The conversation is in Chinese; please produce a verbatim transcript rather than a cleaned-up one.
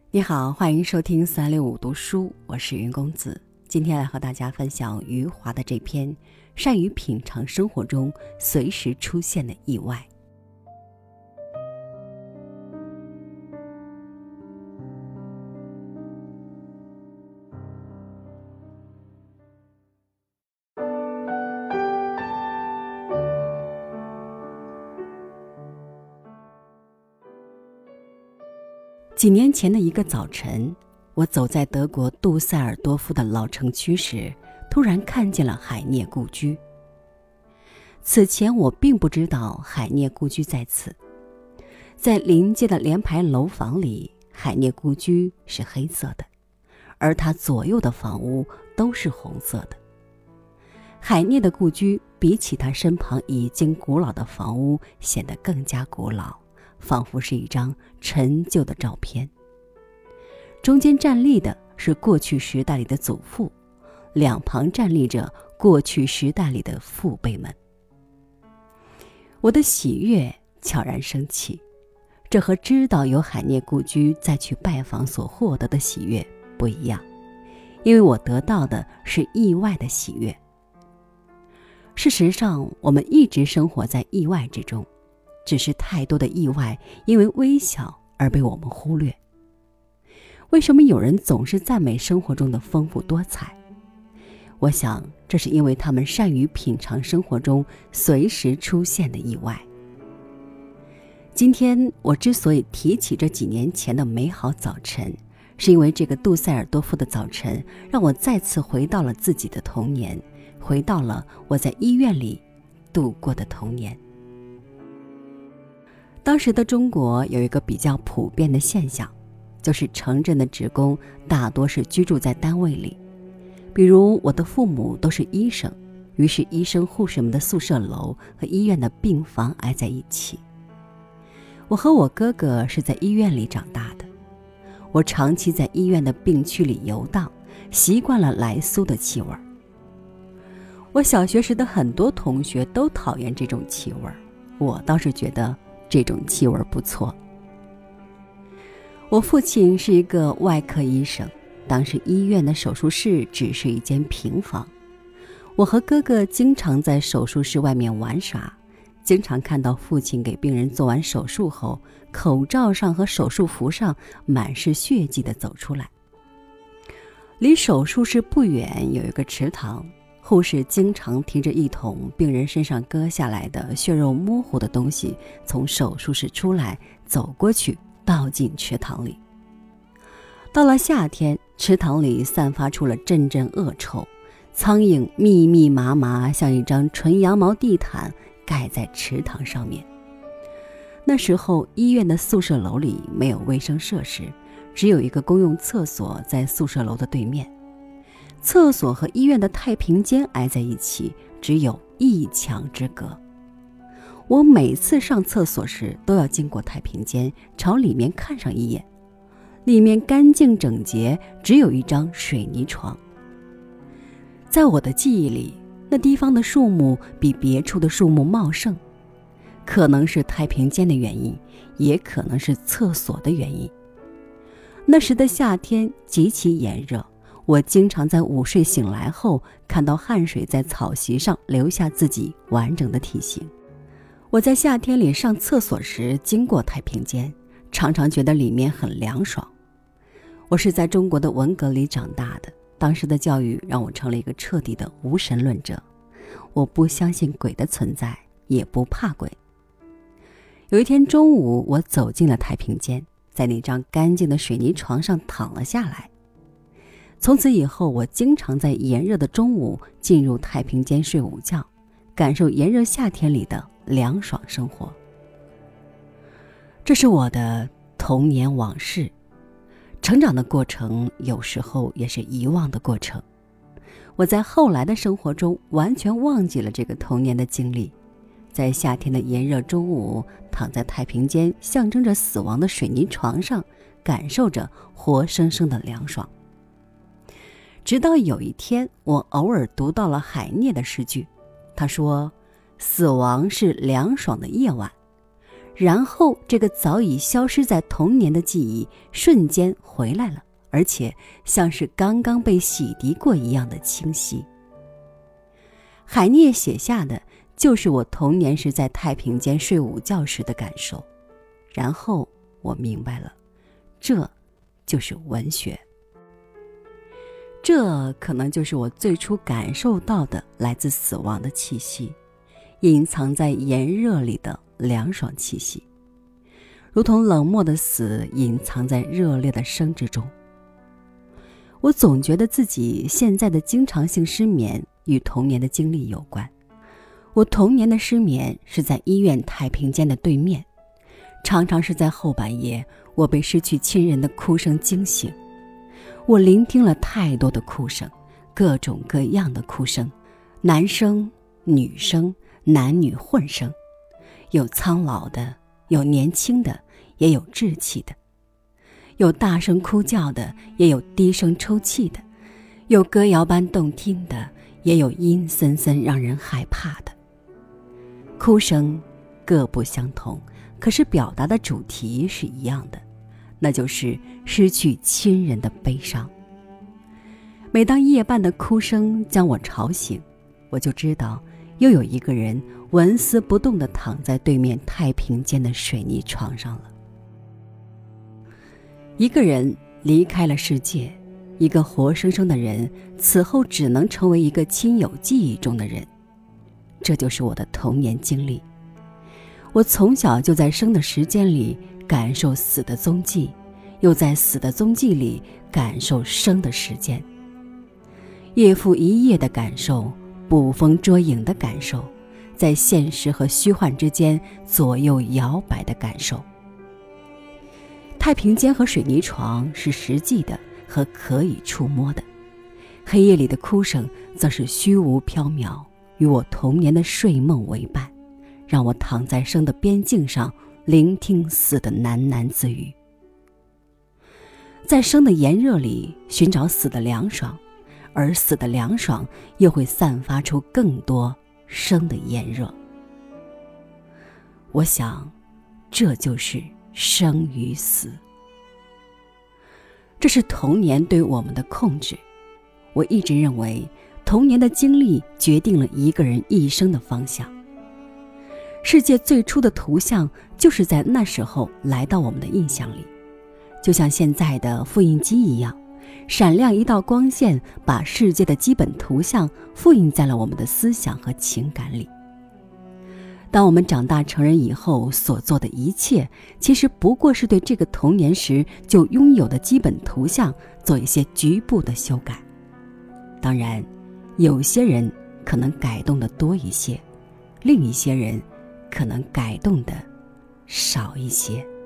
你好，欢迎收听三六五读书，我是云公子。今天来和大家分享余华的这篇《善于品尝生活中随时出现的意外》。几年前的一个早晨，我走在德国杜塞尔多夫的老城区时，突然看见了海涅故居。此前我并不知道海涅故居在此。在临街的联排楼房里，海涅故居是黑色的，而它左右的房屋都是红色的。海涅的故居比起他身旁已经古老的房屋显得更加古老，仿佛是一张陈旧的照片。中间站立的是过去时代里的祖父，两旁站立着过去时代里的父辈们。我的喜悦悄然升起，这和知道有海涅故居再去拜访所获得的喜悦不一样，因为我得到的是意外的喜悦。事实上，我们一直生活在意外之中，只是太多的意外因为微小而被我们忽略。为什么有人总是赞美生活中的丰富多彩？我想这是因为他们善于品尝生活中随时出现的意外。今天我之所以提起这几年前的美好早晨，是因为这个杜塞尔多夫的早晨让我再次回到了自己的童年，回到了我在医院里度过的童年。当时的中国有一个比较普遍的现象，就是城镇的职工大多是居住在单位里。比如我的父母都是医生，于是医生护士们的宿舍楼和医院的病房挨在一起。我和我哥哥是在医院里长大的，我长期在医院的病区里游荡，习惯了来苏的气味。我小学时的很多同学都讨厌这种气味，我倒是觉得这种气味不错。我父亲是一个外科医生，当时医院的手术室只是一间平房。我和哥哥经常在手术室外面玩耍，经常看到父亲给病人做完手术后，口罩上和手术服上满是血迹地走出来。离手术室不远有一个池塘，护士经常提着一桶病人身上割下来的血肉模糊的东西从手术室出来，走过去倒进池塘里。到了夏天，池塘里散发出了阵阵恶臭，苍蝇密密麻麻，像一张纯羊毛地毯盖在池塘上面。那时候医院的宿舍楼里没有卫生设施，只有一个公用厕所在宿舍楼的对面。厕所和医院的太平间挨在一起，只有一墙之隔。我每次上厕所时都要经过太平间，朝里面看上一眼。里面干净整洁，只有一张水泥床。在我的记忆里，那地方的树木比别处的树木茂盛，可能是太平间的原因，也可能是厕所的原因。那时的夏天极其炎热，我经常在午睡醒来后看到汗水在草席上留下自己完整的体型。我在夏天里上厕所时经过太平间，常常觉得里面很凉爽。我是在中国的文革里长大的，当时的教育让我成了一个彻底的无神论者。我不相信鬼的存在，也不怕鬼。有一天中午，我走进了太平间，在那张干净的水泥床上躺了下来。从此以后，我经常在炎热的中午进入太平间睡午觉，感受炎热夏天里的凉爽生活。这是我的童年往事。成长的过程有时候也是遗忘的过程。我在后来的生活中完全忘记了这个童年的经历，在夏天的炎热中午，躺在太平间象征着死亡的水泥床上，感受着活生生的凉爽。直到有一天，我偶尔读到了海涅的诗句，他说：死亡是凉爽的夜晚， 然后这个早已消失在童年的记忆瞬间回来了，而且像是刚刚被洗涤过一样的清晰。海涅写下的就是我童年时在太平间睡午觉时的感受，然后我明白了，这就是文学。这可能就是我最初感受到的来自死亡的气息，隐藏在炎热里的凉爽气息，如同冷漠的死隐藏在热烈的生之中。我总觉得自己现在的经常性失眠与童年的经历有关。我童年的失眠是在医院太平间的对面，常常是在后半夜，我被失去亲人的哭声惊醒。我聆听了太多的哭声，各种各样的哭声，男声、女声、男女混声，有苍老的，有年轻的，也有稚气的，有大声哭叫的，也有低声抽泣的，有歌谣般动听的，也有阴森森让人害怕的。哭声各不相同，可是表达的主题是一样的，那就是失去亲人的悲伤。每当夜半的哭声将我吵醒，我就知道又有一个人纹丝不动地躺在对面太平间的水泥床上了。一个人离开了世界，一个活生生的人此后只能成为一个亲友记忆中的人。这就是我的童年经历。我从小就在生的时间里感受死的踪迹，又在死的踪迹里感受生的时间。夜复一夜的感受，捕风捉影的感受，在现实和虚幻之间左右摇摆的感受。太平间和水泥床是实际的和可以触摸的，黑夜里的哭声则是虚无缥缈，与我童年的睡梦为伴，让我躺在生的边境上，聆听死的喃喃自语。在生的炎热里寻找死的凉爽，而死的凉爽又会散发出更多生的炎热。我想，这就是生与死。这是童年对我们的控制。我一直认为，童年的经历决定了一个人一生的方向。世界最初的图像就是在那时候来到我们的印象里，就像现在的复印机一样，闪亮一道光线，把世界的基本图像复印在了我们的思想和情感里。当我们长大成人以后所做的一切，其实不过是对这个童年时就拥有的基本图像做一些局部的修改。当然，有些人可能改动的多一些，另一些人可能改动的少一些。